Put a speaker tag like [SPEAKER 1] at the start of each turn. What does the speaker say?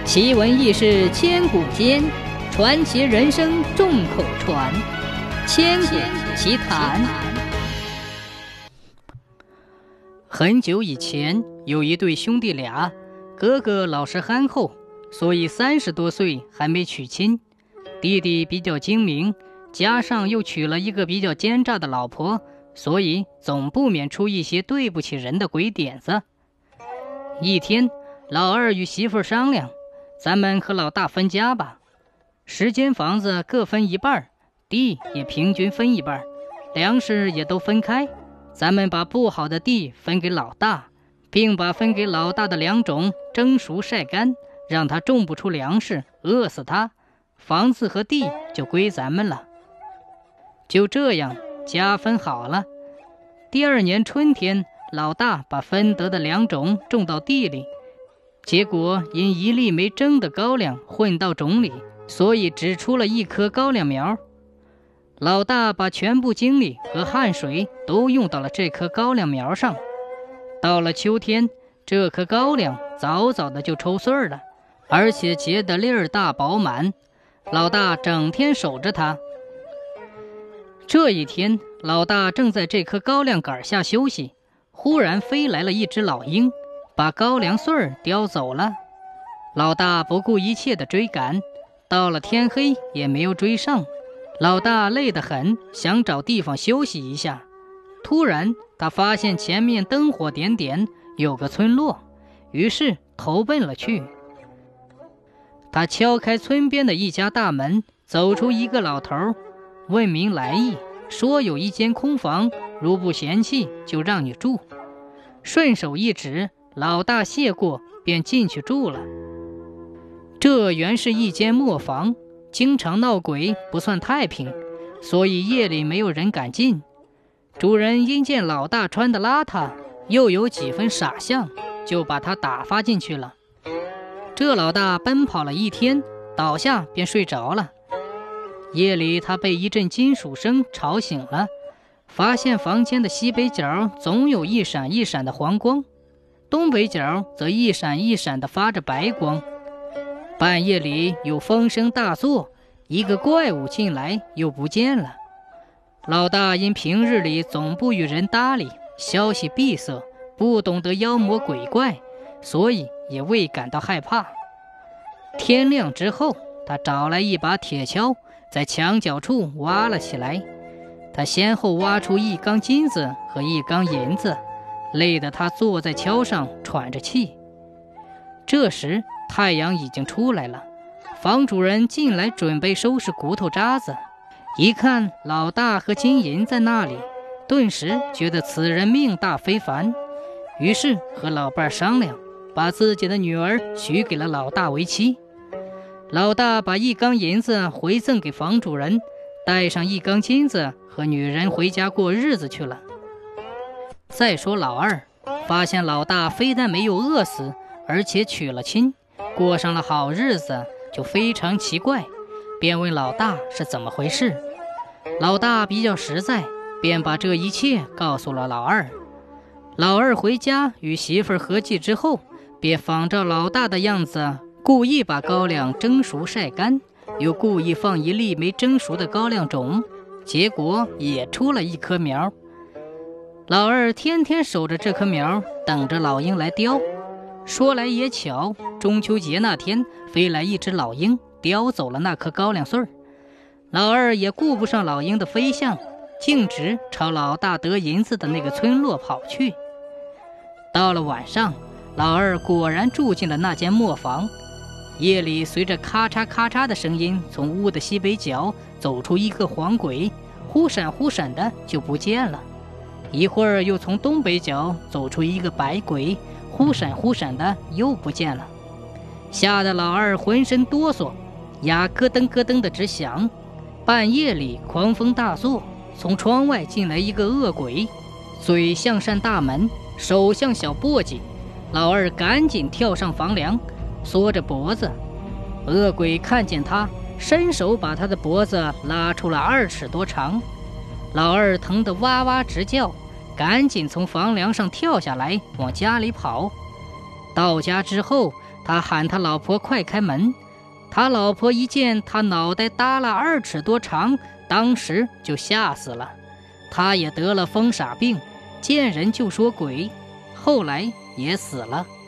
[SPEAKER 1] 奇闻异事千古间，传奇人生众口传。千古奇谈。很久以前，有一对兄弟俩，哥哥老实憨厚，所以30多岁还没娶亲。弟弟比较精明，加上又娶了一个比较奸诈的老婆，所以总不免出一些对不起人的鬼点子。一天，老二与媳妇商量，咱们和老大分家吧，10间房子各分一半，地也平均分一半，粮食也都分开。咱们把不好的地分给老大，并把分给老大的2种蒸熟晒干，让他种不出粮食，饿死他，房子和地就归咱们了。就这样，家分好了。第2年春天，老大把分得的2种种到地里，结果因1粒没蒸的高粱混到种里，所以只出了1棵高粱苗。老大把全部精力和汗水都用到了这棵高粱苗上。到了秋天，这棵高粱早早的就抽穗了，而且结得粒儿大饱满。老大整天守着它。这一天，老大正在这棵高粱杆下休息，忽然飞来了一只老鹰，把高粱穗儿叼走了。老大不顾一切地追赶，到了天黑也没有追上。老大累得很，想找地方休息一下。突然他发现前面灯火点点，有个村落，于是投奔了去。他敲开村边的一家大门，走出一个老头，问明来意，说有1间空房，如不嫌弃就让你住。顺手一指，老大谢过，便进去住了。这原是1间磨房，经常闹鬼，不算太平，所以夜里没有人敢进。主人因见老大穿得邋遢，又有几分傻相，就把他打发进去了。这老大奔跑了1天，倒下便睡着了。夜里他被一阵金属声吵醒了，发现房间的西北角总有一闪一闪的黄光，东北角则一闪一闪的发着白光。半夜里有风声大作，一个怪物进来又不见了。老大因平日里总不与人搭理，消息闭塞，不懂得妖魔鬼怪，所以也未感到害怕。天亮之后，他找来一把铁锹，在墙角处挖了起来。他先后挖出1缸金子和1缸银子，累得他坐在锹上喘着气。这时太阳已经出来了，房主人进来准备收拾骨头渣子，一看老大和金银在那里，顿时觉得此人命大非凡，于是和老伴商量，把自己的女儿许给了老大为妻。老大把1缸银子回赠给房主人，带上1缸金子和女人回家过日子去了。再说老二，发现老大非但没有饿死，而且娶了亲，过上了好日子，就非常奇怪，便问老大是怎么回事。老大比较实在，便把这一切告诉了老二。老二回家与媳妇合计之后，便仿照老大的样子，故意把高粱蒸熟晒干，又故意放1粒没蒸熟的高粱种，结果也出了1棵苗。老二天天守着这棵苗，等着老鹰来叼。说来也巧，中秋节那天飞来一只老鹰，叼走了那颗高粱穗儿。老二也顾不上老鹰的飞向，径直朝老大得银子的那个村落跑去。到了晚上，老二果然住进了那间磨房。夜里随着咔嚓咔嚓的声音，从屋的西北角走出一个黄鬼，忽闪忽闪的就不见了。一会儿又从东北角走出一个白鬼，忽闪忽闪的又不见了。吓得老二浑身哆嗦，牙咯噔咯噔的直响。半夜里狂风大作，从窗外进来一个恶鬼，嘴像扇大门，手像小簸箕。老二赶紧跳上房梁，缩着脖子。恶鬼看见他，伸手把他的脖子拉出了2尺多长。老二疼得哇哇直叫，赶紧从房梁上跳下来往家里跑。到家之后， 他喊他老婆快开门。他老婆一见他脑袋耷了2尺多长，当时就吓死了。他也得了疯傻病，见人就说鬼，后来也死了。